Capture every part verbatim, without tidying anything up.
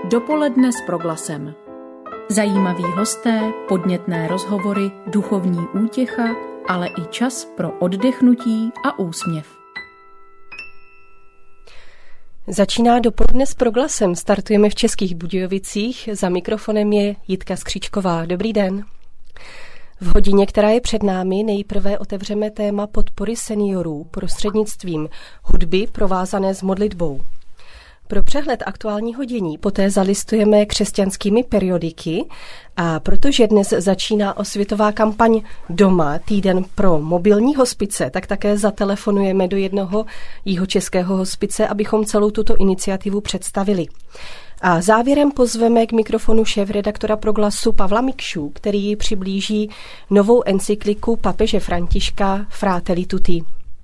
Dopoledne s Proglasem. Zajímaví hosté, podnětné rozhovory, duchovní útěcha, ale i čas pro oddechnutí a úsměv. Začíná Dopoledne s Proglasem. Startujeme v Českých Budějovicích. Za mikrofonem je Jitka Skříčková. Dobrý den. V hodině, která je před námi, nejprve otevřeme téma podpory seniorů prostřednictvím hudby provázané s modlitbou. Pro přehled aktuálního dění poté zalistujeme křesťanskými periodiky a protože dnes začíná osvětová kampaň Doma, týden pro mobilní hospice, tak také zatelefonujeme do jednoho jihočeského hospice, abychom celou tuto iniciativu představili. A závěrem pozveme k mikrofonu šéfredaktora Proglasu Pavla Mikšu, který přiblíží novou encykliku papeže Františka Fratelli Tutti.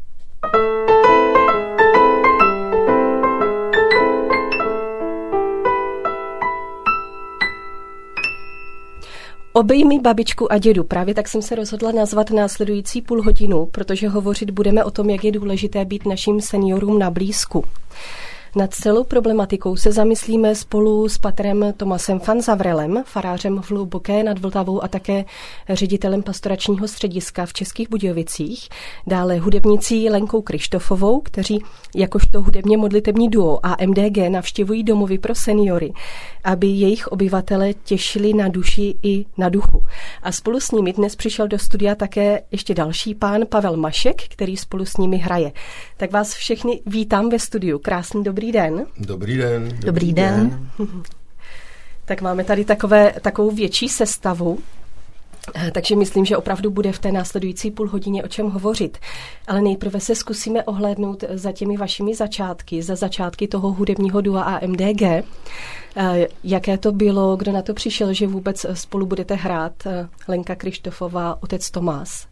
Obejmi babičku a dědu. Právě tak jsem se rozhodla nazvat následující půl hodinu, protože hovořit budeme o tom, jak je důležité být našim seniorům na blízku. Nad celou problematikou se zamyslíme spolu s patrem Tomasem van Zavrelem, farářem v Hluboké nad Vltavou a také ředitelem pastoračního střediska v Českých Budějovicích. Dále hudebnicí Lenkou Krištofovou, kteří jakožto hudebně modlitební duo A M D G navštěvují domovy pro seniory, aby jejich obyvatele těšili na duši i na duchu. A spolu s nimi dnes přišel do studia také ještě další pán Pavel Mašek, který spolu s nimi hraje. Tak vás všechny vítám ve studiu. Krásný dobrý den. Dobrý den. Dobrý, dobrý den. den. Tak máme tady takové, takovou větší sestavu, takže myslím, že opravdu bude v té následující půl hodině o čem hovořit. Ale nejprve se zkusíme ohlédnout za těmi vašimi začátky, za začátky toho hudebního dua A M D G. Jaké to bylo, kdo na to přišel, že vůbec spolu budete hrát, Lenka Krištofová, otec Tomás?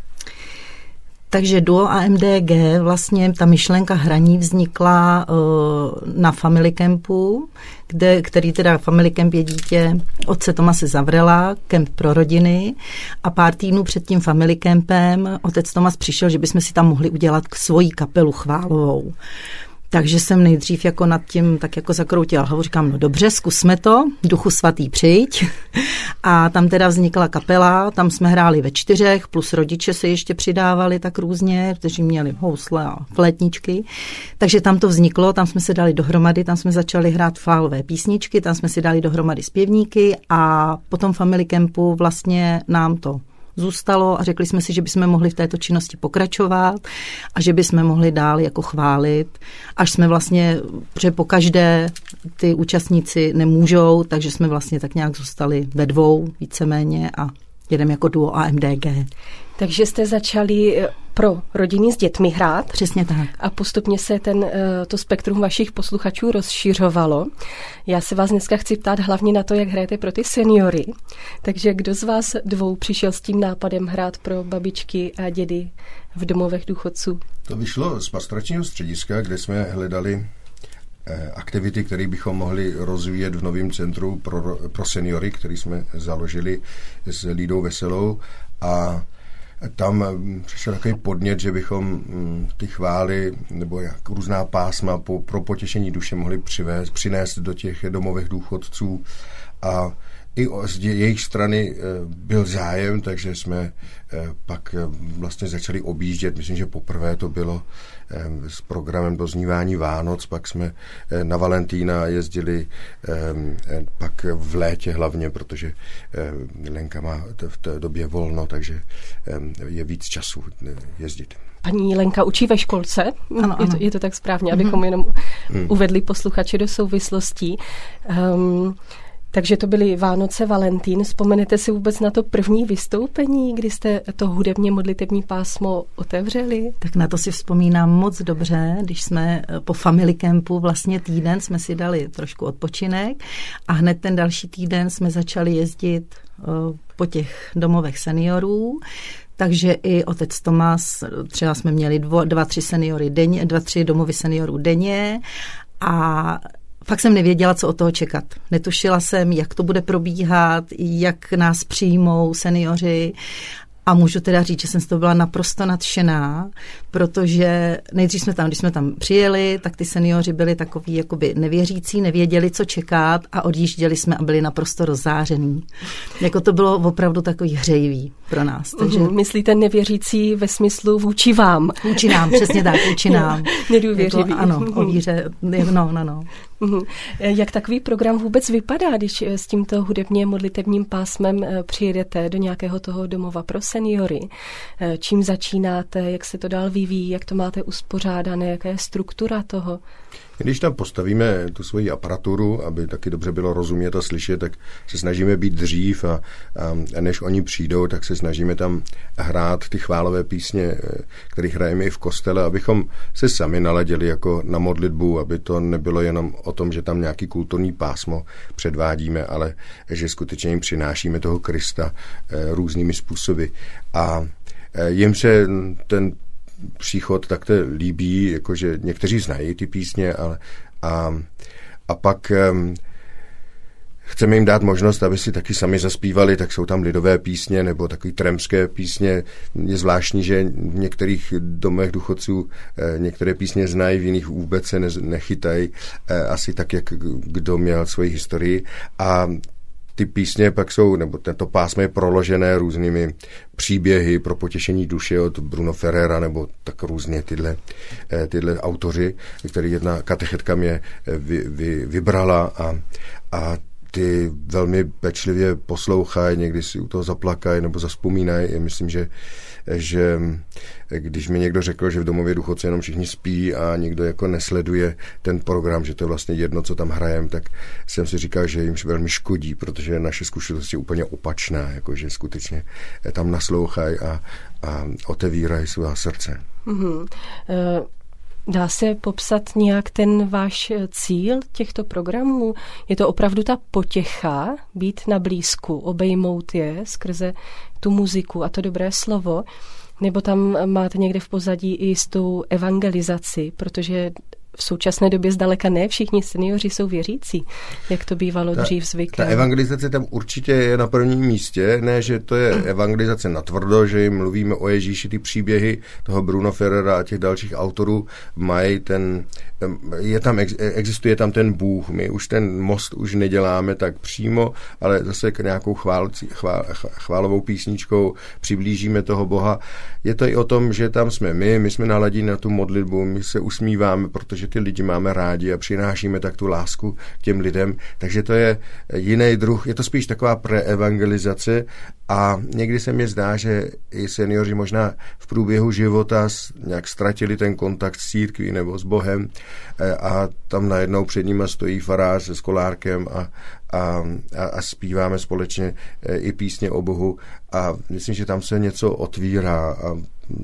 Takže duo A M D G, vlastně ta myšlenka hraní vznikla uh, na Family Campu, kde, který teda Family Camp je dítě otce Tomase Zavrela, kemp pro rodiny, a pár týdnů před tím Family Campem otec Tomas přišel, že bychom si tam mohli udělat svoji kapelu chválovou. Takže jsem nejdřív jako nad tím tak jako zakroutila hlavu, říkám, no dobře, zkusme to, Duchu svatý přijď. A tam teda vznikla kapela, tam jsme hráli ve čtyřech, plus rodiče se ještě přidávali tak různě, kteří měli housle a flétničky. Takže tam to vzniklo, tam jsme se dali dohromady, tam jsme začali hrát chválové písničky, tam jsme si dali dohromady zpěvníky a potom Family Campu vlastně nám to zůstalo a řekli jsme si, že bychom mohli v této činnosti pokračovat a že bychom mohli dál jako chválit, až jsme vlastně, protože po každé ty účastníci nemůžou, takže jsme vlastně tak nějak zůstali ve dvou víceméně a jedeme jako duo A M D G. Takže jste začali pro rodiny s dětmi hrát. Přesně tak. A postupně se ten, to spektrum vašich posluchačů rozšiřovalo. Já se vás dneska chci ptát hlavně na to, jak hrajete pro ty seniory. Takže kdo z vás dvou přišel s tím nápadem hrát pro babičky a dědy v domovech důchodců? To vyšlo z pastoračního střediska, kde jsme hledali aktivity, které bychom mohli rozvíjet v novém centru pro, pro seniory, který jsme založili s Lídou Veselou, a tam přišel takový podnět, že bychom ty chvály nebo jak různá pásma po, pro potěšení duše mohli přivést, přinést do těch domovech důchodců, a i z jejich strany byl zájem, takže jsme pak vlastně začali objíždět, myslím, že poprvé to bylo s programem doznívání Vánoc, pak jsme na Valentína jezdili, pak v létě hlavně, protože Lenka má v té době volno, takže je víc času jezdit. Paní Lenka učí ve školce, ano, je, ano. To, je to tak správně, abychom mm-hmm. jenom mm. uvedli posluchače do souvislostí. Um, Takže to byly Vánoce, Valentín. Vzpomenete si vůbec na to první vystoupení, kdy jste to hudebně modlitební pásmo otevřeli? Tak na to si vzpomínám moc dobře, když jsme po Family Campu vlastně týden jsme si dali trošku odpočinek a hned ten další týden jsme začali jezdit po těch domovech seniorů. Takže i otec Tomas, třeba jsme měli dvo, dva, tři seniory denně, dva, tři domovy seniorů denně a fakt jsem nevěděla, co od toho čekat. Netušila jsem, jak to bude probíhat, jak nás přijmou seniori. A můžu teda říct, že jsem z toho byla naprosto nadšená, protože nejdřív jsme tam, když jsme tam přijeli, tak ty seniori byli takový jakoby nevěřící, nevěděli, co čekat a odjížděli jsme a byli naprosto rozzářený. Jako to bylo opravdu takový hřejivý pro nás. Takže... Uhum, myslíte nevěřící ve smyslu vůči vám? Vůči nám, přesně tak, vůči nám. Nedůvěřivý. Jako, ano, o víře, no, no, no. Uhum. Jak takový program vůbec vypadá, když s tímto hudebně modlitebním pásmem přijedete do nějakého toho domova pro seniory? Čím začínáte, jak se to dál vyvíjí, jak to máte uspořádané, jaká je struktura toho? Když tam postavíme tu svoji aparaturu, aby taky dobře bylo rozumět a slyšet, tak se snažíme být dřív a, a než oni přijdou, tak se snažíme tam hrát ty chválové písně, které hrajeme i v kostele, abychom se sami naladili jako na modlitbu, aby to nebylo jenom o tom, že tam nějaký kulturní pásmo předvádíme, ale že skutečně jim přinášíme toho Krista různými způsoby. A jim se ten příchod tak to líbí, jakože někteří znají ty písně, ale a, a pak um, chceme jim dát možnost, aby si taky sami zaspívali, tak jsou tam lidové písně nebo takový tremské písně. Je zvláštní, že v některých domech důchodců eh, některé písně znají, v jiných vůbec se ne, nechytají, eh, asi tak, jak kdo měl svoji historii. A ty písně pak jsou, nebo tento pásmo je proložené různými příběhy pro potěšení duše od Bruno Ferrera, nebo tak různě tyhle, tyhle autoři, který jedna katechetka mě vy, vy, vybrala a, a ty velmi pečlivě poslouchají, někdy si u toho zaplakají nebo zaspomínají. Myslím, že, že když mi někdo řekl, že v domově důchodce jenom všichni spí a někdo jako nesleduje ten program, že to je vlastně jedno, co tam hrajem, tak jsem si říkal, že jim velmi škodí, protože naše zkušenost je úplně opačná, jakože skutečně tam naslouchají a, a otevírají svá srdce. Mm-hmm. Uh... Dá se popsat nějak ten váš cíl těchto programů? Je to opravdu ta potěcha, být na blízku, obejmout je skrze tu muziku a to dobré slovo? Nebo tam máte někde v pozadí i jistou evangelizaci, protože v současné době zdaleka ne všichni seniori jsou věřící, jak to bývalo ta, dřív zvykem. Ta evangelizace tam určitě je na prvním místě, ne, že to je evangelizace natvrdo, že jim mluvíme o Ježíši, ty příběhy toho Bruno Ferrera a těch dalších autorů mají ten, je tam, existuje tam ten Bůh, my už ten most už neděláme tak přímo, ale zase k nějakou chválci, chvál, chválovou písničkou přiblížíme toho Boha. Je to i o tom, že tam jsme my, my jsme naladí na tu modlitbu, my se usmíváme, protože že ty lidi máme rádi a přinášíme tak tu lásku k těm lidem, takže to je jiný druh, je to spíš taková preevangelizace a někdy se mi zdá, že i seniori možná v průběhu života nějak ztratili ten kontakt s církví nebo s Bohem a tam najednou před nimi stojí farář se skolárkem a, a, a, a zpíváme společně i písně o Bohu a myslím, že tam se něco otvírá a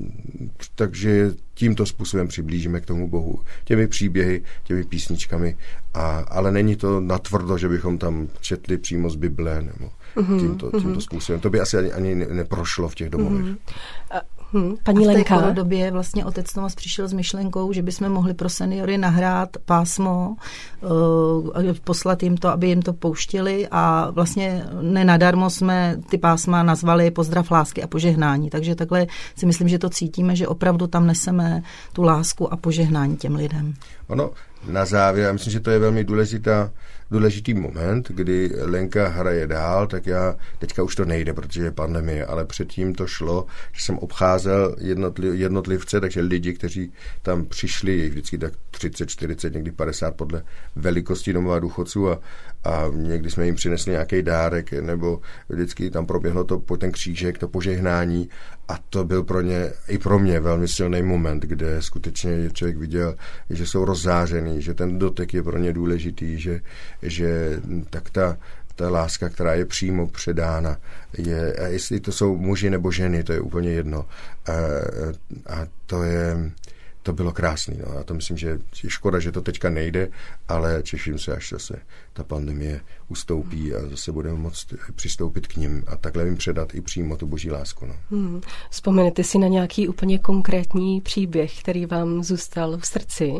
takže tímto způsobem přiblížíme k tomu Bohu. Těmi příběhy, těmi písničkami. A, ale není to natvrdo, že bychom tam četli přímo z Bible nebo tímto, tímto způsobem. To by asi ani, ani neprošlo v těch domovech. Mm-hmm. Hmm, paní a v Lenka. té korodobě vlastně otec Tomas přišel s myšlenkou, že bychom mohli pro seniory nahrát pásmo, uh, poslat jim to, aby jim to pouštěli a vlastně nenadarmo jsme ty pásma nazvali Pozdrav lásky a požehnání. Takže takhle si myslím, že to cítíme, že opravdu tam neseme tu lásku a požehnání těm lidem. Ono na závěr, já myslím, že to je velmi důležitá, důležitý moment, kdy Lenka hraje dál, tak já, teďka už to nejde, protože je pandemie, ale předtím to šlo, že jsem obcházel jednotliv, jednotlivce, takže lidi, kteří tam přišli, je vždycky tak třicet, čtyřicet, někdy padesát podle velikosti domova důchodců a, a někdy jsme jim přinesli nějaký dárek, nebo vždycky tam proběhlo to, ten křížek, to požehnání a to byl pro ně, i pro mě velmi silný moment, kde skutečně člověk viděl, že jsou rozzářený, že ten dotek je pro ně důležitý, že, že tak ta, ta láska, která je přímo předána, je, a jestli to jsou muži nebo ženy, to je úplně jedno. A, a to je, to bylo krásný. No. A to myslím, že je škoda, že to teďka nejde, ale těším se, až zase ta pandemie ustoupí a zase budeme moct přistoupit k nim a takhle jim předat i přímo tu boží lásku. No. Hmm. Vzpomenete si na nějaký úplně konkrétní příběh, který vám zůstal v srdci?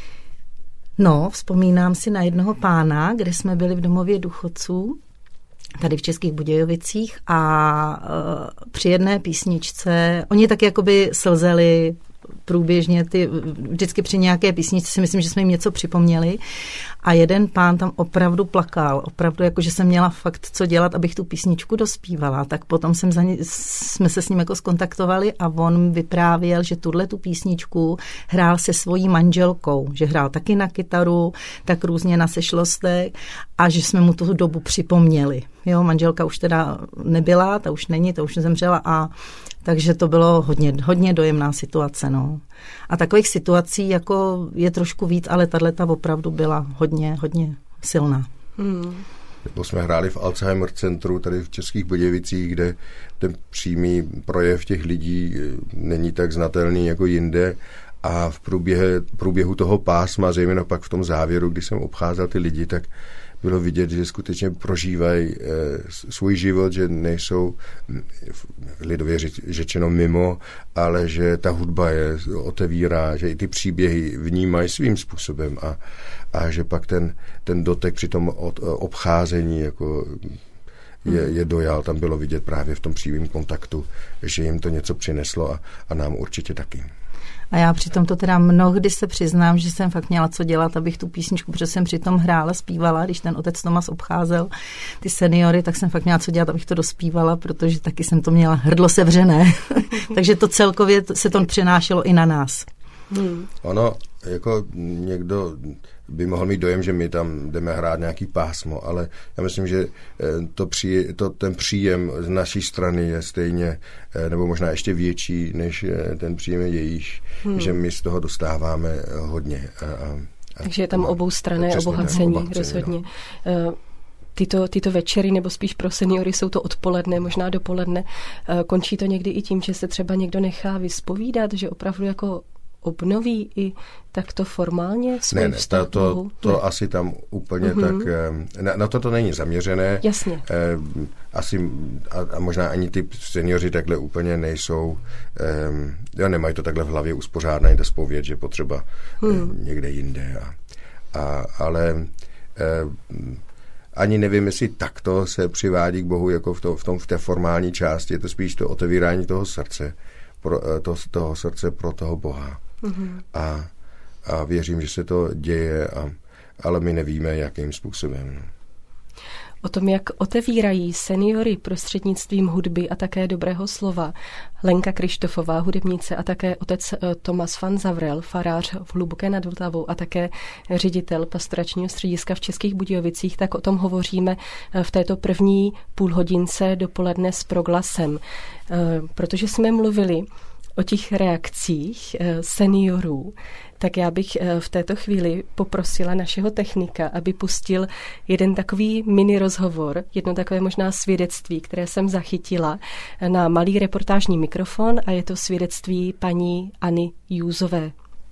No, vzpomínám si na jednoho pána, kde jsme byli v domově důchodců tady v Českých Budějovicích a uh, při jedné písničce, oni tak jakoby slzeli průběžně, ty, vždycky při nějaké písničce si myslím, že jsme jim něco připomněli a jeden pán tam opravdu plakal, opravdu jako, že jsem měla fakt co dělat, abych tu písničku dospívala, tak potom jsem za ně, jsme se s ním jako skontaktovali a on vyprávěl, že tuhle tu písničku hrál se svojí manželkou, že hrál taky na kytaru, tak různě na sešlostech a že jsme mu tu dobu připomněli. Jo, manželka už teda nebyla, ta už není, ta už zemřela a takže to bylo hodně, hodně dojemná situace. No. A takových situací jako je trošku víc, ale tato opravdu byla hodně, hodně silná. Hmm. Nebo jsme hráli v Alzheimer centru tady v Českých Budějovicích, kde ten přímý projev těch lidí není tak znatelný jako jinde. A v průběhu, průběhu toho pásma, zejména pak v tom závěru, kdy jsem obcházel ty lidi, tak bylo vidět, že skutečně prožívají e, svůj život, že nejsou lidově řečeno mimo, ale že ta hudba je otevírá, že i ty příběhy vnímají svým způsobem a, a že pak ten, ten dotek při tom od, obcházení jako je, je dojal. Tam bylo vidět právě v tom přímém kontaktu, že jim to něco přineslo a, a nám určitě taky. A já přitom to teda mnohdy se přiznám, že jsem fakt měla co dělat, abych tu písničku, protože jsem přitom hrála, zpívala, když ten otec Tomas obcházel ty seniory, tak jsem fakt měla co dělat, abych to dospívala, protože taky jsem to měla hrdlo sevřené. Takže to celkově se to přenášelo i na nás. Hmm. Ono, jako někdo by mohl mít dojem, že my tam jdeme hrát nějaký pásmo, ale já myslím, že to při, to, ten příjem z naší strany je stejně, nebo možná ještě větší, než ten příjem jejich, hmm. že my z toho dostáváme hodně. A, a, Takže je tam oboustranné obohacení, obohacení rozhodně. No. Tyto, tyto večery, nebo spíš pro seniory, jsou to odpoledne, možná dopoledne. Končí to někdy i tím, že se třeba někdo nechá vyspovídat, že opravdu jako obnoví i takto formálně svůj Ne, ne, ta, to, to ne. asi tam úplně mm-hmm. tak... Na, na to to není zaměřené. Jasně. Eh, asi, a, a možná ani ty seniori takhle úplně nejsou... Eh, jo, nemají to takhle v hlavě uspořádné, jde zpovědět, že potřeba hmm. eh, někde jinde. A, a, ale... Eh, ani nevím, jestli takto se přivádí k Bohu jako v, to, v, tom, v té formální části. Je to spíš to otevírání toho srdce. Pro, to, toho srdce pro toho Boha. Mm-hmm. A, a věřím, že se to děje, a, ale my nevíme, jakým způsobem. O tom, jak otevírají seniory prostřednictvím hudby a také dobrého slova, Lenka Krištofová, hudebnice, a také otec Tomas van Zavrel, farář v Hluboké nad Vltavou a také ředitel pastoračního střediska v Českých Budějovicích, tak o tom hovoříme v této první půlhodince dopoledne s Proglasem. Protože jsme mluvili o těch reakcích seniorů, tak já bych v této chvíli poprosila našeho technika, aby pustil jeden takový mini rozhovor, jedno takové možná svědectví, které jsem zachytila na malý reportážní mikrofon, a je to svědectví paní Anny Jůzové.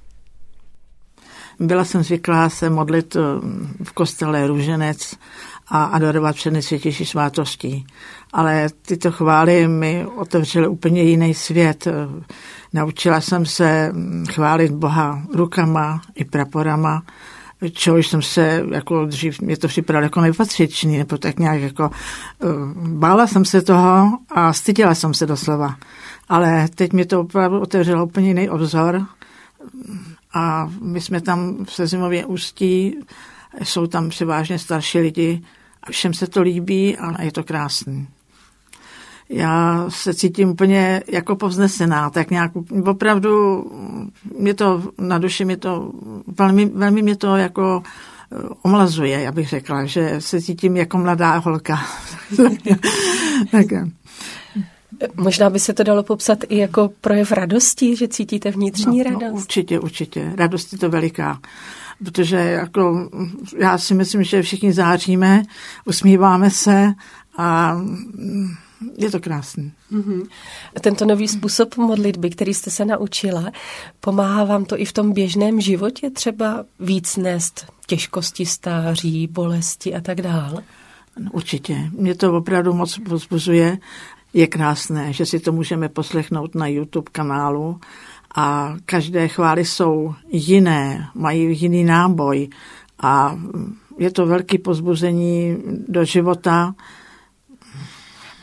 Byla jsem zvyklá se modlit v kostele Růženec a adorovat přednesvětější svátostí. Ale tyto chvály mi otevřely úplně jiný svět. Naučila jsem se chválit Boha rukama i praporama, čehož jsem se, jako dřív, mě to připadalo jako nepatřičný, nebo tak nějak jako, bála jsem se toho a styděla jsem se doslova. Ale teď mi to opravdu otevřelo úplně jiný obzor a my jsme tam v Sezimově Ústí, jsou tam převážně starší lidi a všem se to líbí a je to krásný. Já se cítím úplně jako povznesená, tak nějak opravdu mě to na duši, mě to, velmi, velmi mě to jako omlazuje, já bych řekla, že se cítím jako mladá holka. Tak. Možná by se to dalo popsat i jako projev radosti, že cítíte vnitřní no, radost. No, určitě, určitě. Radost je to veliká. Protože jako, já si myslím, že všichni záříme, usmíváme se a je to krásný. Mm-hmm. Tento nový způsob modlitby, který jste se naučila, pomáhá vám to i v tom běžném životě třeba víc nést těžkosti stáří, bolesti a tak dále? No, určitě. Mě to opravdu moc povzbuzuje. Je krásné, že si to můžeme poslechnout na YouTube kanálu a každé chvály jsou jiné, mají jiný náboj a je to velké povzbuzení do života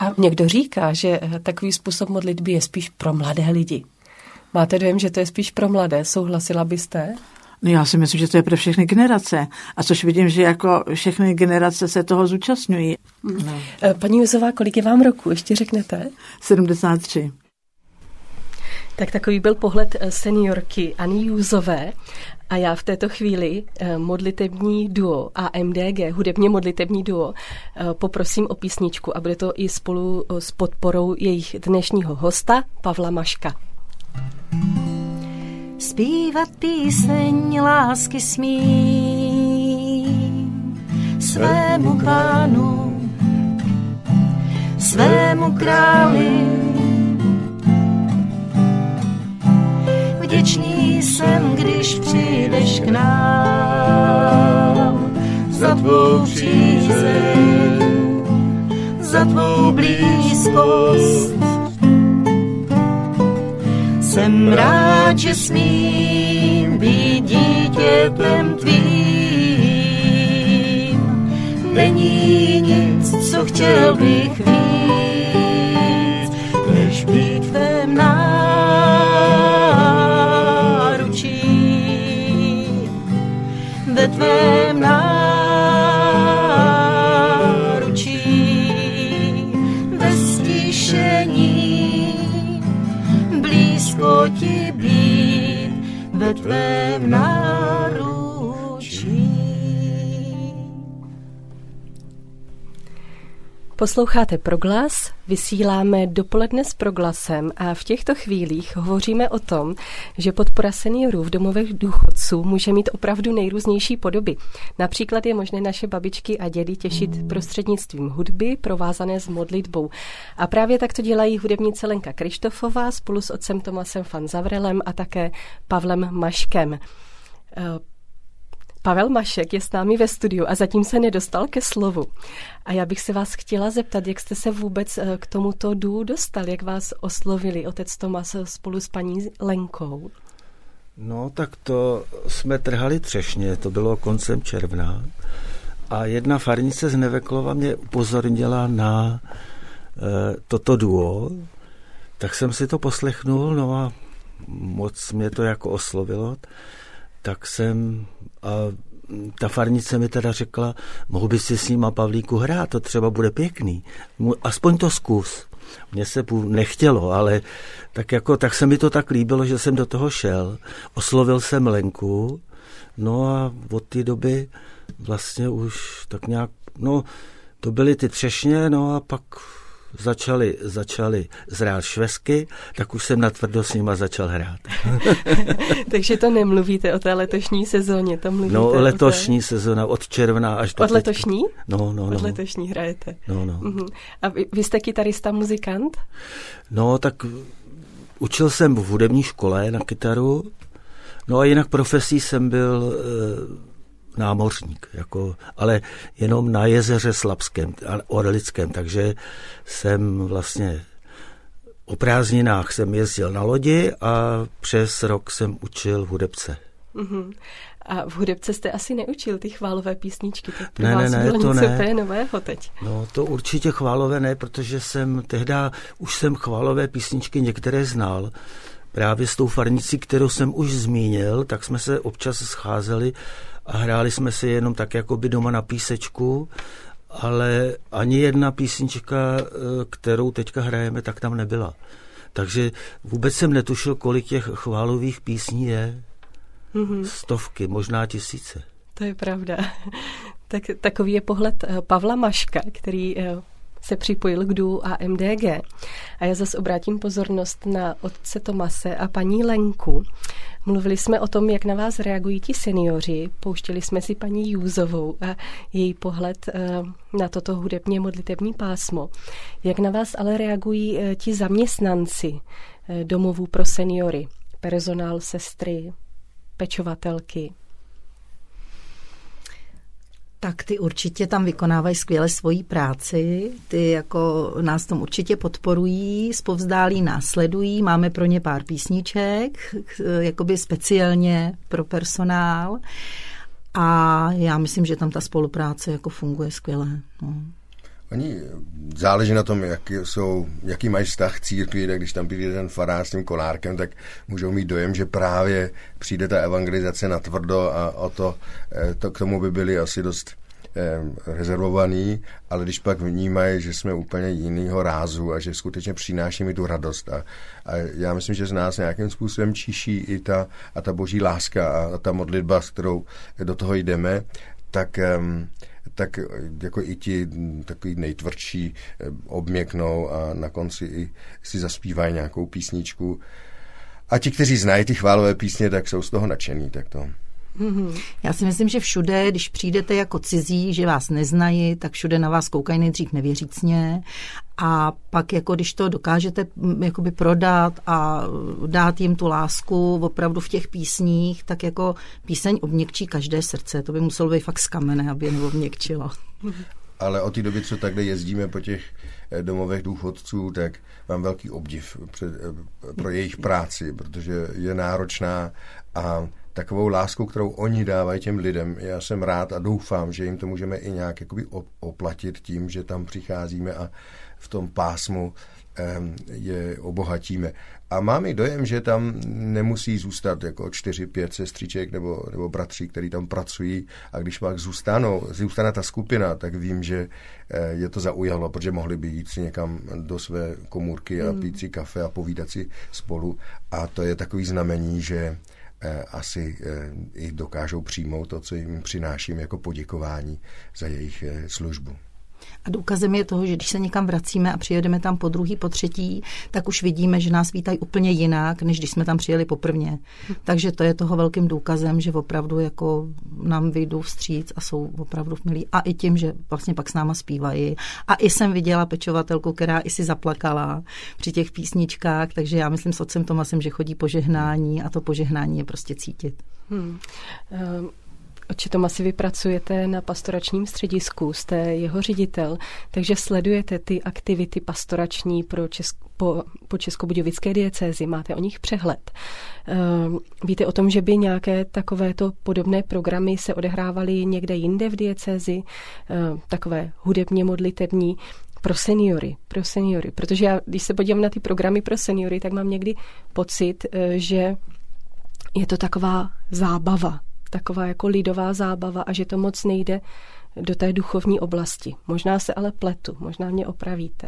A někdo říká, že takový způsob modlitby je spíš pro mladé lidi. Máte dojem, že to je spíš pro mladé? Souhlasila byste? No já si myslím, že to je pro všechny generace. A což vidím, že jako všechny generace se toho zúčastňují. No. Paní Juzová, kolik je vám roku? Ještě řeknete? sedmdesát tři. Tak takový byl pohled seniorky Anny Juzové. A já v této chvíli modlitební duo A M D G, hudebně modlitební duo, poprosím o písničku a bude to i spolu s podporou jejich dnešního hosta Pavla Maška. Zpívat píseň lásky smím svému pánu, svému králi. Vděčný jsem, když přijdeš k nám za tvou přízeň, za tvou blízkost. Jsem rád, že smím být dítětem tvým. Není nic, co chtěl bych víc, než být v tvém náručí, ve tvém náručí, ve stišení. Blízko ti být ve tvém náručí. Posloucháte Proglas, vysíláme dopoledne s Proglasem a v těchto chvílích hovoříme o tom, že podpora seniorů v domovech důchodců může mít opravdu nejrůznější podoby. Například je možné naše babičky a dědy těšit prostřednictvím hudby provázané s modlitbou. A právě tak to dělají hudebnice Lenka Krištofová spolu s otcem Tomasem Fanzavrelem a také Pavlem Maškem. Pavel Mašek je s námi ve studiu a zatím se nedostal ke slovu. A já bych se vás chtěla zeptat, jak jste se vůbec k tomuto duo dostal, jak vás oslovili otec Tomas spolu s paní Lenkou? No tak to jsme trhali třešně, to bylo koncem června a jedna farnice z Neveklova mě upozornila na e, toto duo, tak jsem si to poslechnul, no a moc mě to jako oslovilo, tak jsem, a ta farnice mi teda řekla, mohl by si s ním a Pavlíku hrát, to třeba bude pěkný, aspoň to zkus. Mně se nechtělo, ale tak, jako, tak se mi to tak líbilo, že jsem do toho šel, oslovil jsem Lenku, no a od té doby vlastně už tak nějak, no to byly ty třešně, no a pak začali, začali zrát švesky, tak už jsem natvrdo s nima začal hrát. Takže to nemluvíte o té letošní sezóně, to mluvíte no, o letošní té... sezóna od června až do Od letošní? No, no, no. Od letošní hrajete. No, no. Uh-huh. A vy, vy jste kytarista, muzikant? No, tak učil jsem v hudební škole na kytaru, no a jinak profesí jsem byl e, námořník, jako, ale jenom na jezeře Slabském a Orlickém, takže jsem vlastně o prázdninách jsem jezdil na lodi a přes rok jsem učil hudebce. Uh-huh. A v hudebce jste asi neučil ty chválové písničky, to pro ne, vás ne, ne, bylo to něco ne. úplně nového teď. No to určitě chválové ne, protože jsem tehda, už jsem chválové písničky některé znal, právě s tou farnicí, kterou jsem už zmínil, tak jsme se občas scházeli a hráli jsme si jenom tak jako by doma na písečku, ale ani jedna písnička, kterou teďka hrajeme, tak tam nebyla. Takže vůbec jsem netušil, kolik těch chválových písní je. Mm-hmm. Stovky, možná tisíce. To je pravda. Tak, takový je pohled Pavla Maška, který se připojil k duo A M D G. A já zase obrátím pozornost na otce Tomase a paní Lenku. Mluvili jsme o tom, jak na vás reagují ti seniori. Pouštěli jsme si paní Júzovou a její pohled na toto hudebně modlitební pásmo. Jak na vás ale reagují ti zaměstnanci domovů pro seniory, personál, sestry, pečovatelky? Tak ty určitě tam vykonávají skvěle svoji práci, ty jako nás tom určitě podporují, zpovzdálí následují, máme pro ně pár písniček, jakoby speciálně pro personál a já myslím, že tam ta spolupráce jako funguje skvěle. No. Oni záleží na tom, jak jsou, jaký mají vztah církvi, tak když tam přijde ten farář s tím kolárkem, tak můžou mít dojem, že právě přijde ta evangelizace natvrdo a o to, to k tomu by byli asi dost rezervovaný, ale když pak vnímají, že jsme úplně jinýho rázu a že skutečně přináší mi tu radost a, a já myslím, že z nás nějakým způsobem čiší i ta, a ta boží láska a, a ta modlitba, s kterou do toho jdeme, tak, tak jako i ti takový nejtvrdší obměknou a na konci i si zaspívají nějakou písničku. A ti, kteří znají ty chválové písně, tak jsou z toho nadšený, tak to. Já si myslím, že všude, když přijdete jako cizí, že vás neznají, tak všude na vás koukají nejdřív nevěřícně a pak jako když to dokážete jakoby prodat a dát jim tu lásku opravdu v těch písních, tak jako píseň obměkčí každé srdce. To by muselo být fakt z kamene, aby je neobměkčilo. Ale od té doby, co takhle jezdíme po těch domovech důchodců, tak mám velký obdiv před, pro jejich práci, protože je náročná a takovou lásku, kterou oni dávají těm lidem. Já jsem rád a doufám, že jim to můžeme i nějak jakoby oplatit tím, že tam přicházíme a v tom pásmu je obohatíme. A mám i dojem, že tam nemusí zůstat jako čtyři, pět sestřiček nebo, nebo bratří, kteří tam pracují a když pak zůstanou, zůstane ta skupina, tak vím, že je to zaujalo, protože mohli by jít si někam do své komůrky a pít si kafe a povídat si spolu a to je takový znamení, že asi i dokážou přijmout to, co jim přináším jako poděkování za jejich službu. A důkazem je toho, že když se někam vracíme a přijedeme tam po druhý, po třetí, tak už vidíme, že nás vítají úplně jinak, než když jsme tam přijeli poprvně. Takže to je toho velkým důkazem, že opravdu jako nám vyjdou vstříc a jsou opravdu milí. A i tím, že vlastně pak s náma zpívají. A i jsem viděla pečovatelku, která i si zaplakala při těch písničkách, takže já myslím s otcem Tomasem, že chodí požehnání a to požehnání je prostě cítit. Hmm. Um. Otče Tomasi, vy pracujete na pastoračním středisku, jste jeho ředitel, takže sledujete ty aktivity pastorační pro Česk- po, po Českobudějovické diecézi, máte o nich přehled. Uh, víte o tom, že by nějaké takovéto podobné programy se odehrávaly někde jinde v diecézi, uh, takové hudebně modlitební, pro seniory, pro seniory, protože já, když se podívám na ty programy pro seniory, tak mám někdy pocit, uh, že je to taková zábava, taková jako lidová zábava a že to moc nejde do té duchovní oblasti. Možná se ale pletu, možná mě opravíte.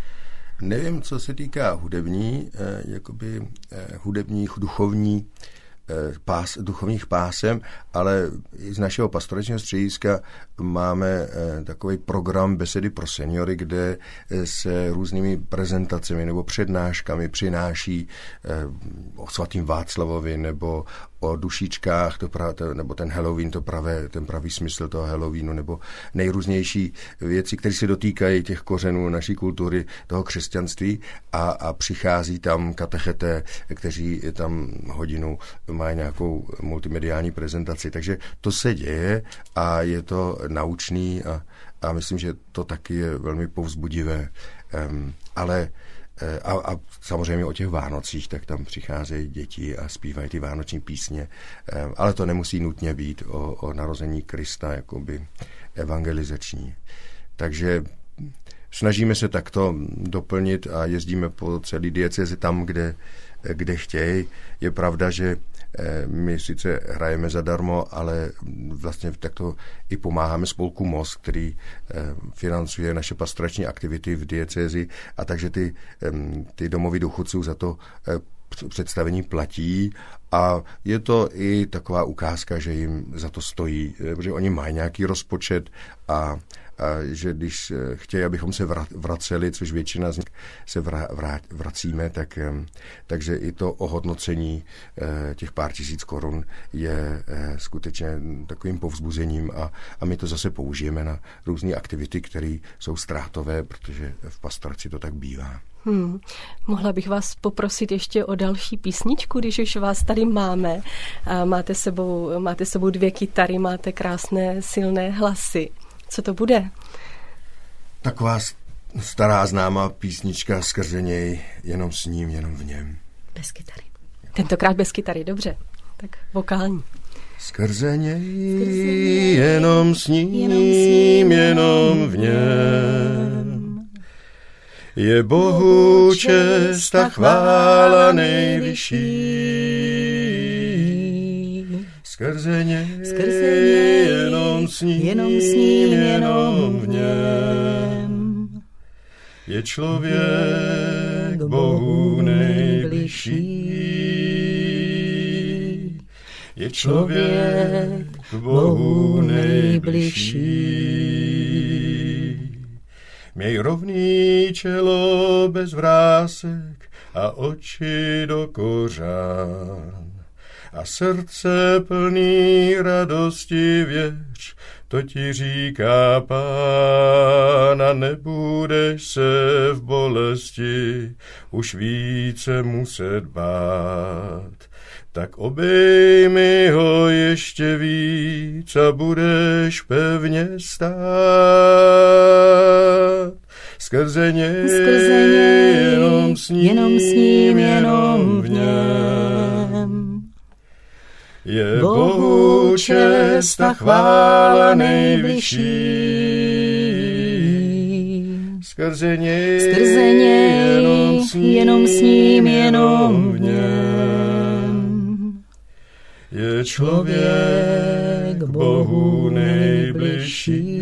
Nevím, co se týká hudební, eh, jakoby eh, hudebních, duchovní, eh, pás, duchovních pásem, ale i z našeho pastoračního střediska máme eh, takový program Besedy pro seniory, kde eh, se různými prezentacemi nebo přednáškami přináší eh, o svatým Václavovi nebo o dušičkách, to pra, to, nebo ten Halloween, to pravé, ten pravý smysl toho Halloweenu, nebo nejrůznější věci, které se dotýkají těch kořenů naší kultury, toho křesťanství a, a přichází tam katecheté, kteří tam hodinu mají nějakou multimediální prezentaci. Takže to se děje a je to naučný a, a myslím, že to taky je velmi povzbudivé. Um, ale A, a samozřejmě o těch Vánocích, tak tam přicházejí děti a zpívají ty vánoční písně, ale to nemusí nutně být o, o narození Krista, jakoby evangelizační. Takže snažíme se takto doplnit a jezdíme po celé diecézi tam, kde, kde chtějí. Je pravda, že my sice hrajeme zadarmo, ale vlastně takto i pomáháme spolku Most, který financuje naše pastorační aktivity v diecézi a takže ty, ty domovy důchodců za to představení platí a je to i taková ukázka, že jim za to stojí, protože oni mají nějaký rozpočet a, a že když chtějí, abychom se vraceli, což většina z nich se vra, vra, vracíme, tak, takže i to ohodnocení těch pár tisíc korun je skutečně takovým povzbuzením a, a my to zase použijeme na různé aktivity, které jsou ztrátové, protože v pastoraci to tak bývá. Hmm. Mohla bych vás poprosit ještě o další písničku, když už vás tady máme. A máte sebou, máte sebou dvě kytary, máte krásné, silné hlasy. Co to bude? Taková stará známá písnička Skrze něj, jenom s ním, jenom v něm. Bez kytary. Tentokrát bez kytary, dobře. Tak vokální. Skrze něj, jenom s ním, jenom v něm. Je Bohu čest a chvála nejvyšší. Skrze něj, skrze něj, jenom s ním, jenom s ním, jenom v něm. Je člověk Bohu nejbližší. Je člověk Bohu nejbližší. Měj rovný čelo bez vrásek a oči do kořán. A srdce plný radosti věř, to ti říká Pán, a nebudeš se v bolesti už více muset bát. Tak obejmi ho ještě víc a budeš pevně stát. Skrze něj, Skrze něj, jenom s ním, jenom s ním, jenom v něm. Je Bohu čest a chvála nejvyšší. Skrze něj, Skrze něj, jenom s ním, jenom s ním, jenom v něm. Je člověk Bohu nejbližší.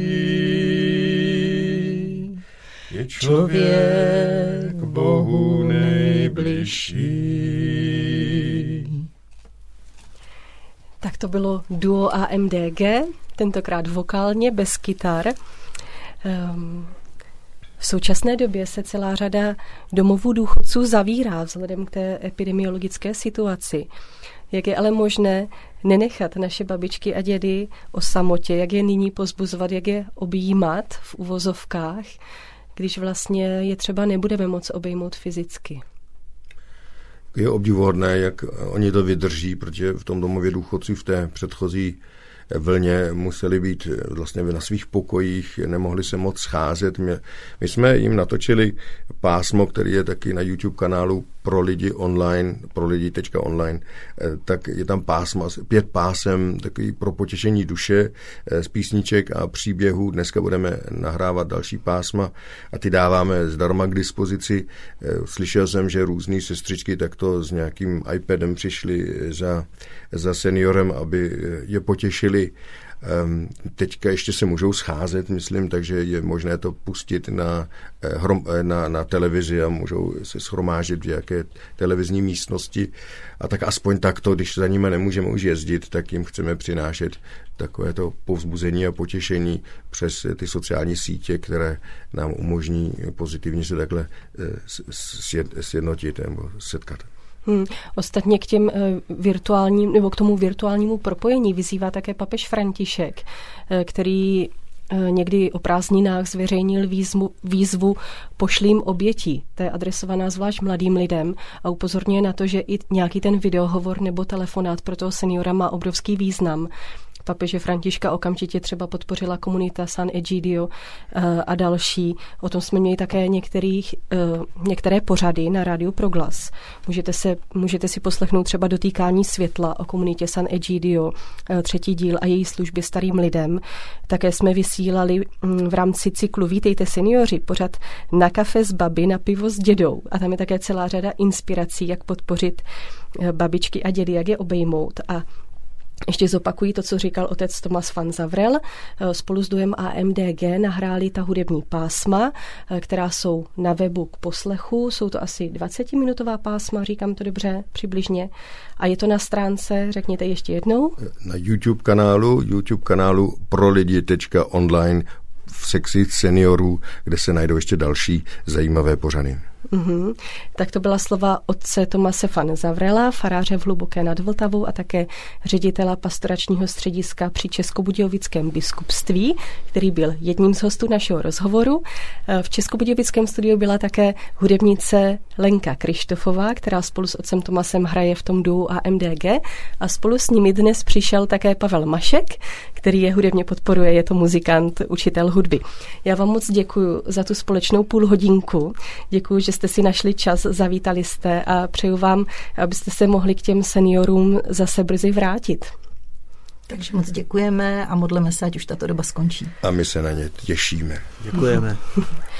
Je člověk Bohu nejbližší. Tak to bylo duo A M D G, tentokrát vokálně, bez kytar. Um, v současné době se celá řada domovů důchodců zavírá vzhledem k té epidemiologické situaci. Jak je ale možné nenechat naše babičky a dědy o samotě, jak je nyní pozbuzovat, jak je objímat v uvozovkách, když vlastně je třeba nebudeme moc obejmout fyzicky. Je obdivuhodné, jak oni to vydrží, protože v tom domově důchodců v té předchozí vlně museli být vlastně na svých pokojích, nemohli se moc scházet. My, my jsme jim natočili pásmo, který je taky na YouTube kanálu pro lidi online, pro lidi tečka online, tak je tam pásma, pět pásem, takový pro potěšení duše z písniček a příběhů. Dneska budeme nahrávat další pásma a ty dáváme zdarma k dispozici. Slyšel jsem, že různý sestřičky takto s nějakým iPadem přišli za, za seniorem, aby je potěšili. Teďka ještě se můžou scházet, myslím, takže je možné to pustit na, na, na televizi a můžou se shromážit v jaké televizní místnosti. A tak aspoň takto, když za nimi nemůžeme už jezdit, tak jim chceme přinášet takovéto povzbuzení a potěšení přes ty sociální sítě, které nám umožní pozitivně se takhle sjednotit nebo setkat. Hmm. Ostatně k těm uh, virtuálním, nebo k tomu virtuálnímu propojení vyzývá také papež František, uh, který uh, někdy o prázdninách zveřejnil výzvu, výzvu Pošlím oběti. To je adresovaná zvlášť mladým lidem a upozorňuje na to, že i nějaký ten videohovor nebo telefonát pro toho seniora má obrovský význam. Papeže Františka okamžitě třeba podpořila komunita San Egidio a další. O tom jsme měli také některých, některé pořady na Rádiu Proglas. Můžete, se, můžete si poslechnout třeba Dotýkání světla o komunitě San Egidio, třetí díl a její službě starým lidem. Také jsme vysílali v rámci cyklu Vítejte seniori pořad Na kafe s babi, na pivo s dědou. A tam je také celá řada inspirací, jak podpořit babičky a dědy, jak je obejmout. A ještě zopakují to, co říkal otec Tomas van Zavrel. Spolu s duem A M D G nahráli ta hudební pásma, která jsou na webu k poslechu. Jsou to asi dvacetiminutová pásma, říkám to dobře, přibližně. A je to na stránce, řekněte ještě jednou. Na YouTube kanálu, YouTube kanálu pro lidi tečka online v sekci seniorů, kde se najdou ještě další zajímavé pořady. Uhum. Tak to byla slova otce Tomase van Zavrela, faráře v Hluboké nad Vltavou a také ředitela pastoračního střediska při Českobudějovickém biskupství, který byl jedním z hostů našeho rozhovoru. V Českobudějovickém studiu byla také hudebnice Lenka Krištofová, která spolu s otcem Tomasem hraje v tom duo A M D G a spolu s nimi dnes přišel také Pavel Mašek, který je hudebně podporuje, je to muzikant, učitel hudby. Já vám moc děkuji za tu společnou půlhodinku. Děkuji, že jste si našli čas, zavítali jste a přeju vám, abyste se mohli k těm seniorům zase brzy vrátit. Takže moc děkujeme a modleme se, ať už tato doba skončí. A my se na ně těšíme. Děkujeme.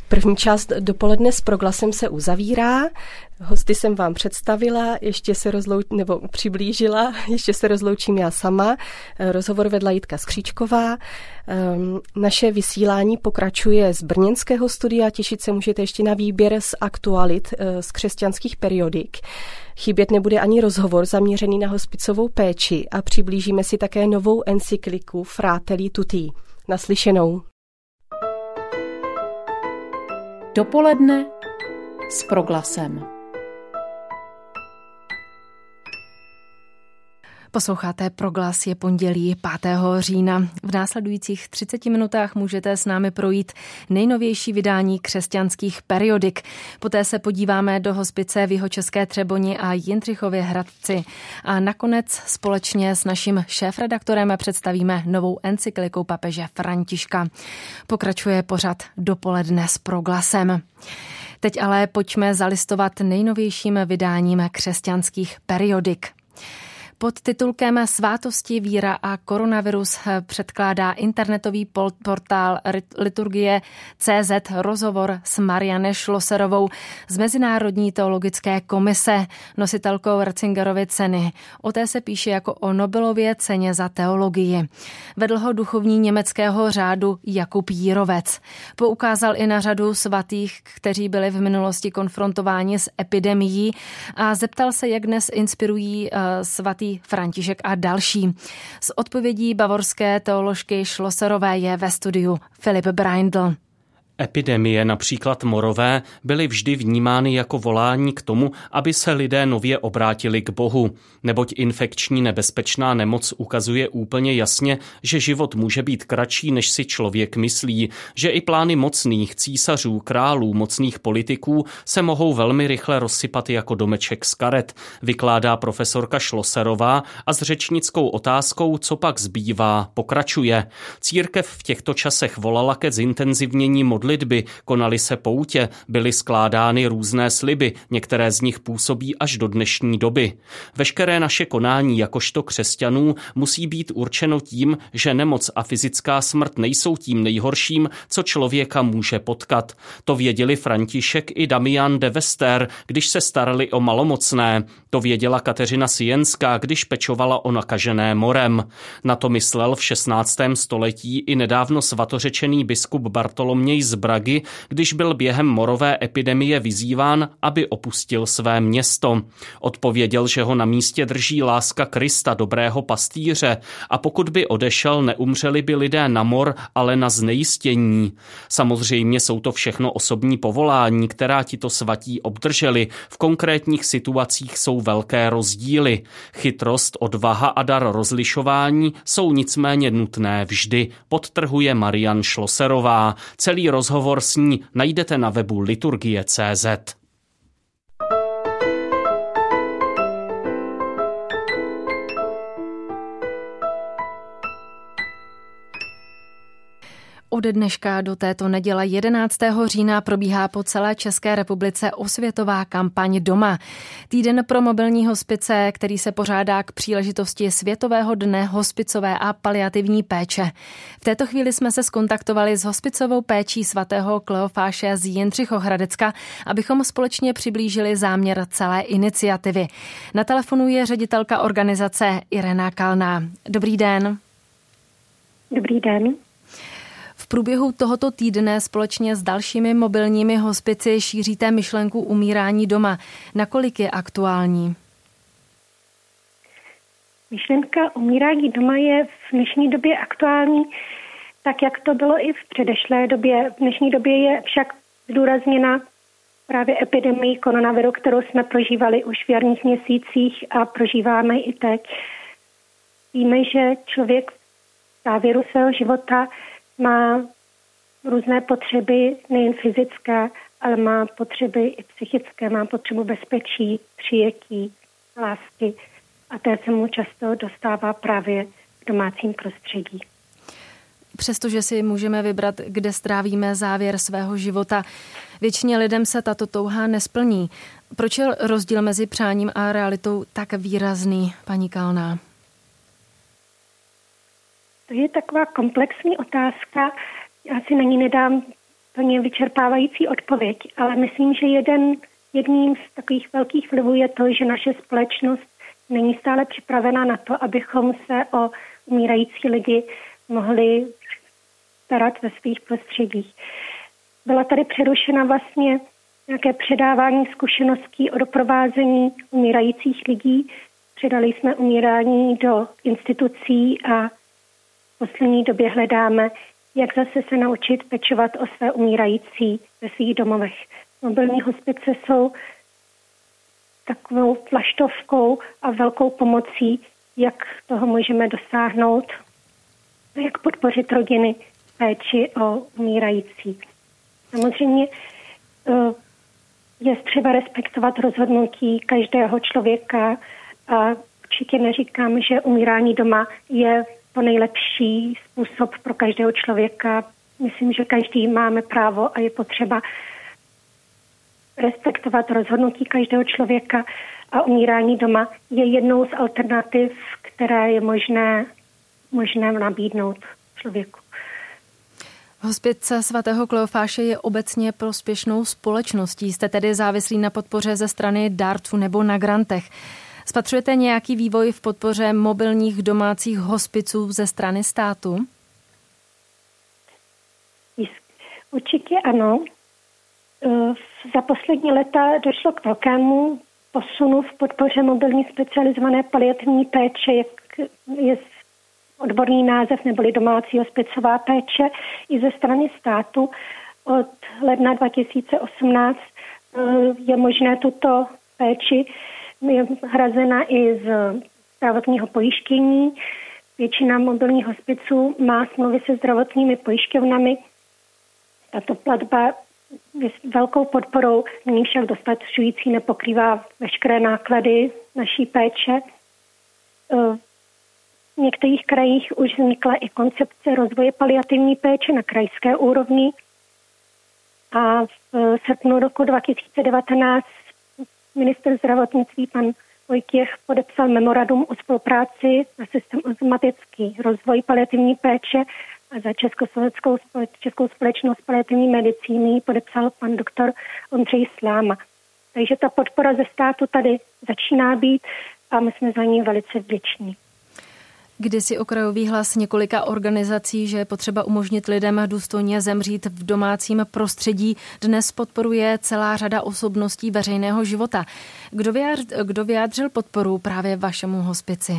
První část dopoledne s Proglasem se uzavírá. Hosty jsem vám představila, ještě se rozlouč, nebo přiblížila, ještě se rozloučím já sama. Rozhovor vedla Jitka Skříčková. Naše vysílání pokračuje z brněnského studia. Těšit se můžete ještě na výběr z aktualit z křesťanských periodik. Chybět nebude ani rozhovor zaměřený na hospicovou péči a přiblížíme si také novou encykliku Fratelli Tutti. Naslyšenou. Dopoledne s Proglasem. Posloucháte Proglas, je pondělí pátého října. V následujících třiceti minutách můžete s námi projít nejnovější vydání křesťanských periodik. Poté se podíváme do hospice v Jihočeské Třeboni a Jindřichově Hradci. A nakonec společně s naším šéfredaktorem představíme novou encykliku papeže Františka. Pokračuje pořad Dopoledne s Proglasem. Teď ale pojďme zalistovat nejnovějším vydáním křesťanských periodik. Pod titulkem Svátosti, víra a koronavirus předkládá internetový portál liturgie tečka cé zet rozhovor s Marianne Schlosserovou z Mezinárodní teologické komise, nositelkou Ratzingerovy ceny. O té se píše jako o Nobelově ceně za teologii. Vedl ho duchovní německého řádu Jakub Jírovec. Poukázal i na řadu svatých, kteří byli v minulosti konfrontováni s epidemií a zeptal se, jak dnes inspirují svatý František a další. S odpovědí bavorské teoložky Schlosserové je ve studiu Filip Braindl. Epidemie, například morové, byly vždy vnímány jako volání k tomu, aby se lidé nově obrátili k Bohu. Neboť infekční nebezpečná nemoc ukazuje úplně jasně, že život může být kratší, než si člověk myslí, že i plány mocných císařů, králů, mocných politiků se mohou velmi rychle rozsypat jako domeček z karet, vykládá profesorka Schlosserová a s řečnickou otázkou, co pak zbývá, pokračuje. Církev v těchto časech volala ke zintenzivnění modlitby, konaly se poutě, byly skládány různé sliby, některé z nich působí až do dnešní doby. Veškeré naše konání jakožto křesťanů musí být určeno tím, že nemoc a fyzická smrt nejsou tím nejhorším, co člověka může potkat. To věděli František i Damian de Vester, když se starali o malomocné. To věděla Kateřina Sienská, když pečovala o nakažené morem. Na to myslel v šestnáctém století i nedávno svatořečený biskup Bartoloměj z Bragy, když byl během morové epidemie vyzýván, aby opustil své město. Odpověděl, že ho na místě drží láska Krista, dobrého pastýře, a pokud by odešel, neumřeli by lidé na mor, ale na znejistění. Samozřejmě jsou to všechno osobní povolání, která tito svatí obdrželi. V konkrétních situacích jsou velké rozdíly. Chytrost, odvaha a dar rozlišování jsou nicméně nutné vždy, podtrhuje Marianne Schlosserová. Celý rozhovor s ní najdete na webu liturgie tečka cé zet. Ode dneška do této neděle jedenáctého října probíhá po celé České republice osvětová kampaň Doma. Týden pro mobilní hospice, který se pořádá k příležitosti Světového dne hospicové a paliativní péče. V této chvíli jsme se skontaktovali s hospicovou péčí svatého Kleofáše z Jindřichohradecka, abychom společně přiblížili záměr celé iniciativy. Na telefonu je ředitelka organizace Irena Kalná. Dobrý den. Dobrý den. V průběhu tohoto týdne společně s dalšími mobilními hospici šíříte myšlenku umírání doma. Nakolik je aktuální? Myšlenka umírání doma je v dnešní době aktuální, tak jak to bylo i v předešlé době. V dnešní době je však zdůrazněna právě epidemii koronaviru, kterou jsme prožívali už v jarních měsících a prožíváme i teď. Víme, že člověk v závěru svého života má různé potřeby, nejen fyzické, ale má potřeby i psychické, má potřebu bezpečí, přijetí, lásky a té se mu často dostává právě v domácím prostředí. Přestože si můžeme vybrat, kde strávíme závěr svého života, většině lidem se tato touha nesplní. Proč je rozdíl mezi přáním a realitou tak výrazný, paní Kalná? To je taková komplexní otázka. Já si na ní nedám úplně vyčerpávající odpověď, ale myslím, že jeden, jedním z takových velkých vlivů je to, že naše společnost není stále připravená na to, abychom se o umírající lidi mohli starat ve svých prostředích. Byla tady přerušena vlastně nějaké předávání zkušeností o doprovázení umírajících lidí. Předali jsme umírání do institucí a v poslední době hledáme, jak zase se naučit pečovat o své umírající ve svých domovech. Mobilní hospice jsou takovou flaštovkou a velkou pomocí, jak toho můžeme dosáhnout, jak podpořit rodiny péči o umírající. Samozřejmě je třeba respektovat rozhodnutí každého člověka a určitě neříkám, že umírání doma je to nejlepší způsob pro každého člověka. Myslím, že každý máme právo a je potřeba respektovat rozhodnutí každého člověka a umírání doma je jednou z alternativ, které je možné, možné nabídnout člověku. Hospice svatého Kleofáše je obecně prospěšnou společností. Jste tedy závislí na podpoře ze strany dárců nebo na grantech. Spatřujete nějaký vývoj v podpoře mobilních domácích hospiců ze strany státu? Určitě ano. Za poslední léta došlo k velkému posunu v podpoře mobilní specializované paliativní péče, jak je odborný název neboli domácí hospicová péče i ze strany státu. Od ledna dva tisíce osmnáct je možné tuto péči je hrazena i z zdravotního pojištění. Většina mobilních hospiců má smlouvy se zdravotními pojišťovnami. Tato platba je velkou podporou, není však dostačující, nepokrývá veškeré náklady naší péče. V některých krajích už vznikla i koncepce rozvoje paliativní péče na krajské úrovni a v srpnu roku dva tisíce devatenáct ministr zdravotnictví pan Vojtěch podepsal memorandum o spolupráci na systematický rozvoj paliativní péče a za Československou českou společnost paliativní medicíny podepsal pan doktor Ondřej Sláma. Takže ta podpora ze státu tady začíná být a my jsme za ní velice vděční. Kdysi okrajový hlas několika organizací, že je potřeba umožnit lidem důstojně zemřít v domácím prostředí, dnes podporuje celá řada osobností veřejného života. Kdo vyjádřil, kdo vyjádřil podporu právě vašemu hospici?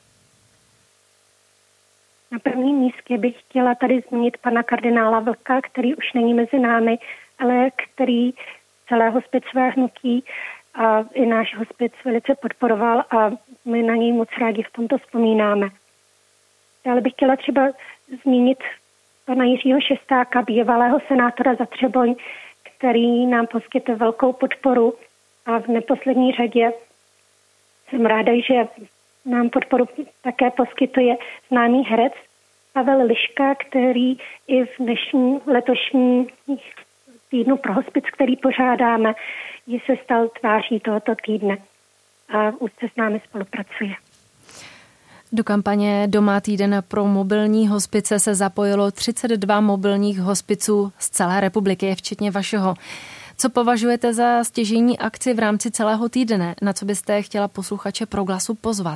Na prvním místě bych chtěla tady zmínit pana kardinála Vlka, který už není mezi námi, ale který celé hospicové hnutí a i náš hospic velice podporoval a my na něj moc rádi v tomto vzpomínáme. Dále bych chtěla třeba zmínit pana Jiřího Šestáka, bývalého senátora za Třeboň, který nám poskytl velkou podporu a v neposlední řadě jsem ráda, že nám podporu také poskytuje známý herec Pavel Liška, který i v dnešním letošním týdnu pro hospic, který pořádáme, je se stal tváří tohoto týdne a úzce s námi spolupracuje. Do kampaně Doma týden pro mobilní hospice se zapojilo třicet dva mobilních hospiců z celé republiky, včetně vašeho. Co považujete za stěžejní akci v rámci celého týdne? Na co byste chtěla posluchače Proglasu pozvat?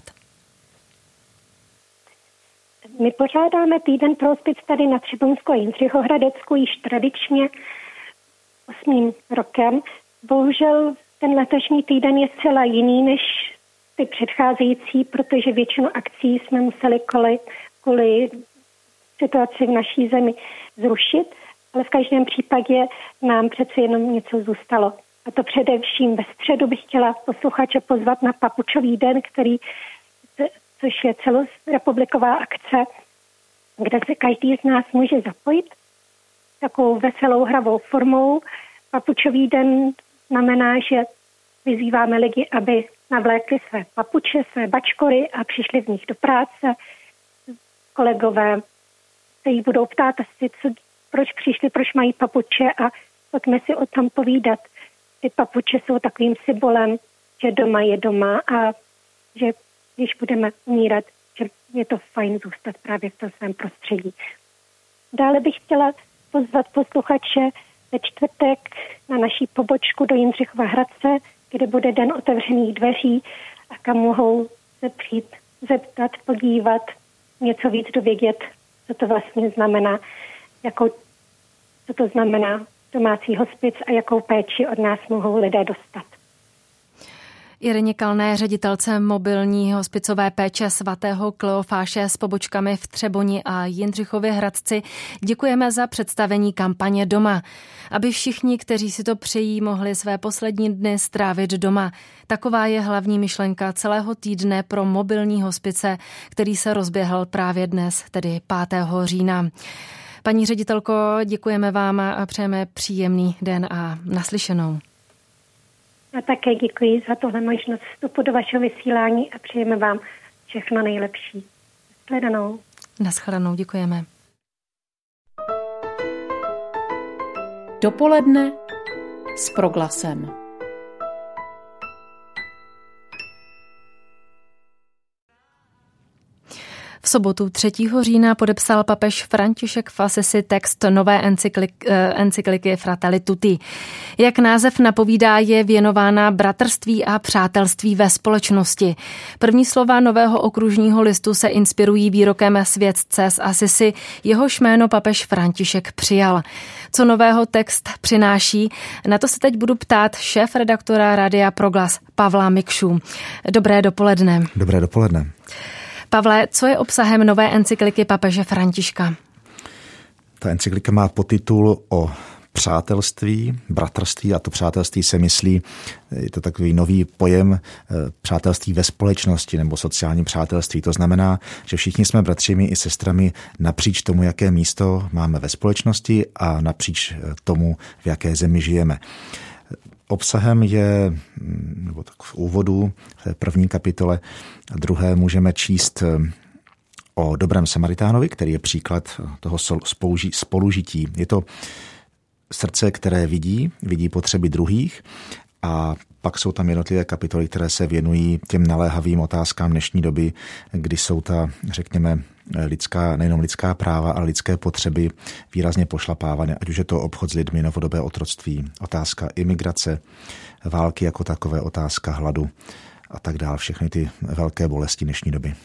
My pořádáme týden pro hospic tady na Třeboňsku a Jindřichohradecku již tradičně osmým rokem. Bohužel ten letošní týden je zcela jiný než ty předcházející, protože většinu akcí jsme museli kvůli, kvůli situaci v naší zemi zrušit, ale v každém případě nám přece jenom něco zůstalo. A to především ve středu bych chtěla posluchače pozvat na Papučový den, který, což je celorepubliková akce, kde se každý z nás může zapojit takovou veselou hravou formou. Papučový den znamená, že vyzýváme lidi, aby navlékli své papuče, své bačkory a přišli v nich do práce. Kolegové se jí budou ptát asi, co, proč přišli, proč mají papuče a pojďme si o tom povídat. Ty papuče jsou takovým symbolem, že doma je doma a že když budeme umírat, že je to fajn zůstat právě v tom svém prostředí. Dále bych chtěla pozvat posluchače ve čtvrtek na naší pobočku do Jindřichova Hradce, kde bude den otevřených dveří a kam mohou se přijít zeptat, podívat, něco víc dovědět, co to vlastně znamená, jakou, co to znamená domácí hospic a jakou péči od nás mohou lidé dostat. Ireně Kalné, ředitelce mobilní hospicové péče svatého Kleofáše s pobočkami v Třeboni a Jindřichově Hradci, děkujeme za představení kampaně Doma, aby všichni, kteří si to přejí, mohli své poslední dny strávit doma. Taková je hlavní myšlenka celého týdne pro mobilní hospice, který se rozběhl právě dnes, tedy pátého října. Paní ředitelko, děkujeme vám a přejeme příjemný den a naslyšenou. A také děkuji za tohle možnost vstupu do vašeho vysílání a přejeme vám všechno nejlepší. Shledanou. Naschledanou, děkujeme. Dopoledne s Proglasem. V sobotu třetího října podepsal papež František v Asisi text nové encyklik, encykliky Fratelli Tutti. Jak název napovídá, je věnována bratrství a přátelství ve společnosti. První slova nového okružního listu se inspirují výrokem světce z Asisi, jehož jméno papež František přijal. Co nového text přináší? Na to se teď budu ptát šéf-redaktora Rádia Proglas Pavla Mikšu. Dobré dopoledne. Dobré dopoledne. Pavle, co je obsahem nové encykliky papeže Františka? Ta encyklika má podtitul o přátelství, bratrství, a to přátelství se myslí, je to takový nový pojem přátelství ve společnosti nebo sociální přátelství. To znamená, že všichni jsme bratřími i sestrami napříč tomu, jaké místo máme ve společnosti a napříč tomu, v jaké zemi žijeme. Obsahem je, nebo tak v úvodu, v té první kapitole a druhé můžeme číst o dobrém Samaritánovi, který je příklad toho spolužití. Je to srdce, které vidí, vidí potřeby druhých, a pak jsou tam jednotlivé kapitoly, které se věnují těm naléhavým otázkám dnešní doby, kdy jsou ta, řekněme, lidská, nejenom lidská práva, ale lidské potřeby výrazně pošlapávané, ať už je to obchod s lidmi, novodobé otroctví, otázka imigrace, války jako takové, otázka hladu a tak dále, všechny ty velké bolesti dnešní doby.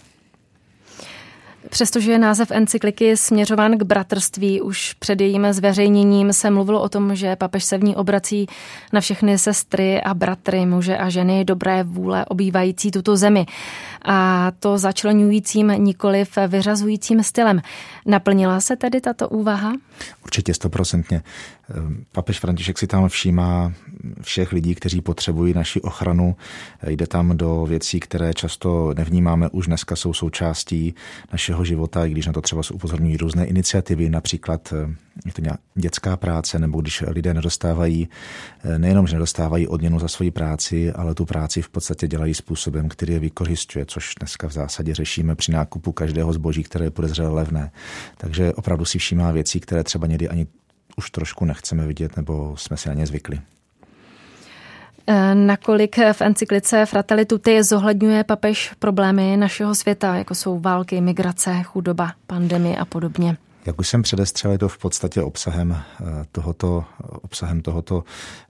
Přestože je název encykliky směřován k bratrství, už před jejím zveřejněním se mluvilo o tom, že papež se v ní obrací na všechny sestry a bratry, muže a ženy dobré vůle obývající tuto zemi. A to začleňujícím, nikoliv vyřazujícím stylem. Naplnila se tedy tato úvaha? Určitě stoprocentně. Papež František si tam všímá všech lidí, kteří potřebují naši ochranu. Jde tam do věcí, které často nevnímáme, už dneska jsou součástí našeho života, i když na to třeba upozorňují různé iniciativy, například je to dětská práce, nebo když lidé nedostávají, nejenom, že nedostávají odměnu za svoji práci, ale tu práci v podstatě dělají způsobem, který je vykořisťuje, což dneska v zásadě řešíme při nákupu každého zboží, které je podezřelé levné. Takže opravdu si všímá věcí, které třeba někdy ani už trošku nechceme vidět, nebo jsme si na ně zvykli. Nakolik v encyklice Fratelli Tutti zohledňuje papež problémy našeho světa, jako jsou války, migrace, chudoba, pandemie a podobně? Jak už jsem předestřel, je to v podstatě obsahem tohoto, obsahem tohoto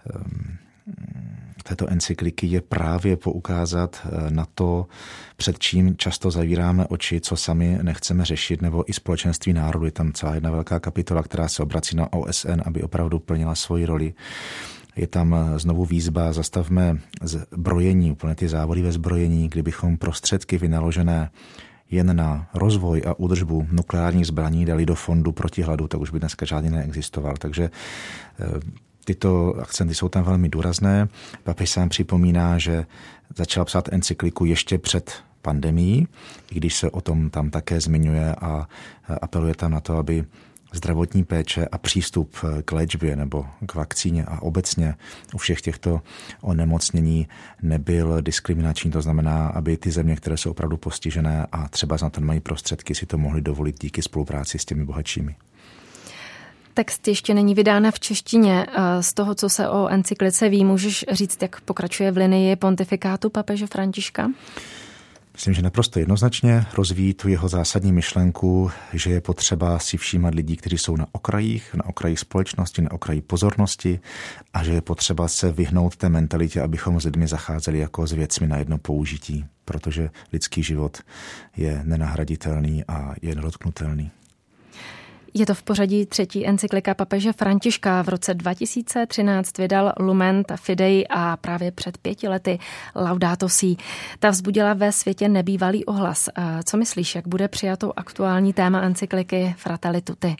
této encykliky je právě poukázat na to, před čím často zavíráme oči, co sami nechceme řešit, nebo i společenství národů. Je tam celá jedna velká kapitola, která se obrací na O S N, aby opravdu plnila svoji roli. Je tam znovu výzva, zastavme zbrojení, úplně ty závody ve zbrojení, kdybychom prostředky vynaložené jen na rozvoj a údržbu nukleárních zbraní dali do fondu proti hladu, tak už by dneska žádný neexistoval. Takže tyto akcenty jsou tam velmi důrazné. Papež sám připomíná, že začal psát encykliku ještě před pandemií, i když se o tom tam také zmiňuje a apeluje tam na to, aby zdravotní péče a přístup k léčbě nebo k vakcíně a obecně u všech těchto onemocnění nebyl diskriminační. To znamená, aby ty země, které jsou opravdu postižené a třeba na to mají prostředky, si to mohly dovolit díky spolupráci s těmi bohatšími. Text ještě není vydán v češtině. Z toho, co se o encyklice ví, můžeš říct, jak pokračuje v linii pontifikátu papeže Františka? Myslím, že naprosto jednoznačně rozvíjí tu jeho zásadní myšlenku, že je potřeba si všímat lidí, kteří jsou na okrajích, na okrajích společnosti, na okraji pozornosti a že je potřeba se vyhnout té mentalitě, abychom s lidmi zacházeli jako s věcmi na jedno použití, protože lidský život je nenahraditelný a je nedotknutelný. Je to v pořadí třetí encyklika papeže Františka. V roce dva tisíce třináct vydal Lumen Fidei a právě před pěti lety Laudato Si. Ta vzbudila ve světě nebývalý ohlas. Co myslíš, jak bude přijato aktuální téma encykliky Fratelli Tutti?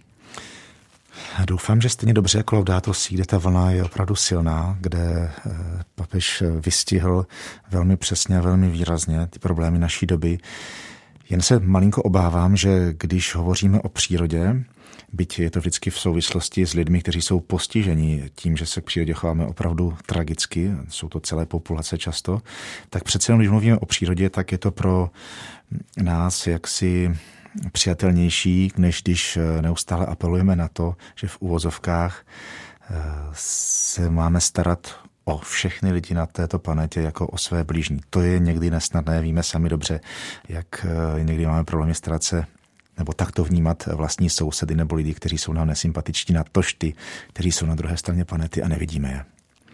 Doufám, že stejně dobře jako Laudato Si, kde ta vlna je opravdu silná, kde papež vystihl velmi přesně a velmi výrazně ty problémy naší doby. Jen se malinko obávám, že když hovoříme o přírodě, byť je to vždycky v souvislosti s lidmi, kteří jsou postiženi tím, že se k přírodě chováme opravdu tragicky, jsou to celé populace často, tak přece jenom, když mluvíme o přírodě, tak je to pro nás jaksi přijatelnější, než když neustále apelujeme na to, že v uvozovkách se máme starat o všechny lidi na této planetě jako o své blížní. To je někdy nesnadné, víme sami dobře, jak někdy máme problémy starat se nebo takto vnímat vlastní sousedy nebo lidi, kteří jsou nám nesympatičtí, natož ty, kteří jsou na druhé straně planety a nevidíme je.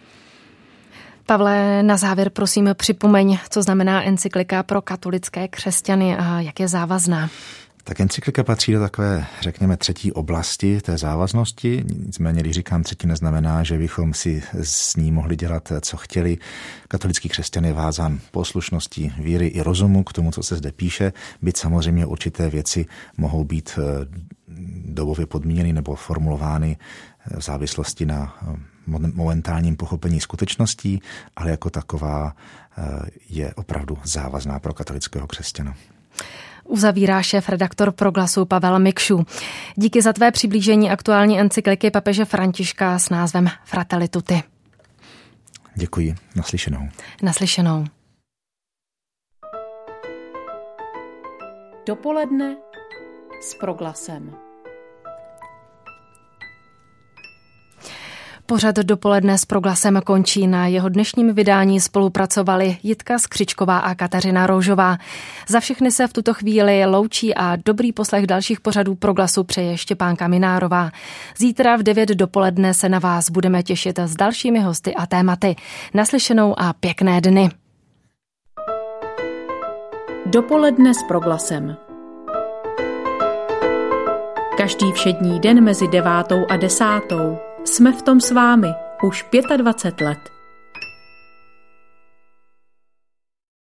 Pavle, na závěr prosím připomeň, co znamená encyklika pro katolické křesťany a jak je závazná. Tak encyklika patří do takové, řekněme, třetí oblasti té závaznosti. Nicméně, když říkám třetí, neznamená, že bychom si s ní mohli dělat, co chtěli. Katolický křesťan je vázán poslušností víry i rozumu k tomu, co se zde píše. Byť samozřejmě určité věci mohou být dobově podmíněny nebo formulovány v závislosti na momentálním pochopení skutečností, ale jako taková je opravdu závazná pro katolického křesťana. Uzavírá šéf-redaktor Proglasu Pavel Mikšů. Díky za tvé přiblížení aktuální encykliky papeže Františka s názvem Fratelli Tutti. Děkuji. Naslyšenou. Naslyšenou. Dopoledne s Proglasem. Pořad Dopoledne s Proglasem končí. Na jeho dnešním vydání spolupracovali Jitka Skřičková a Kateřina Roužová. Za všechny se v tuto chvíli loučí a dobrý poslech dalších pořadů Proglasu přeje Štěpánka Minárová. Zítra v devět dopoledne se na vás budeme těšit s dalšími hosty a tématy. Naslyšenou a pěkné dny. Dopoledne s Proglasem. Každý všední den mezi devátou a desátou. Jsme v tom s vámi už dvacet pět let.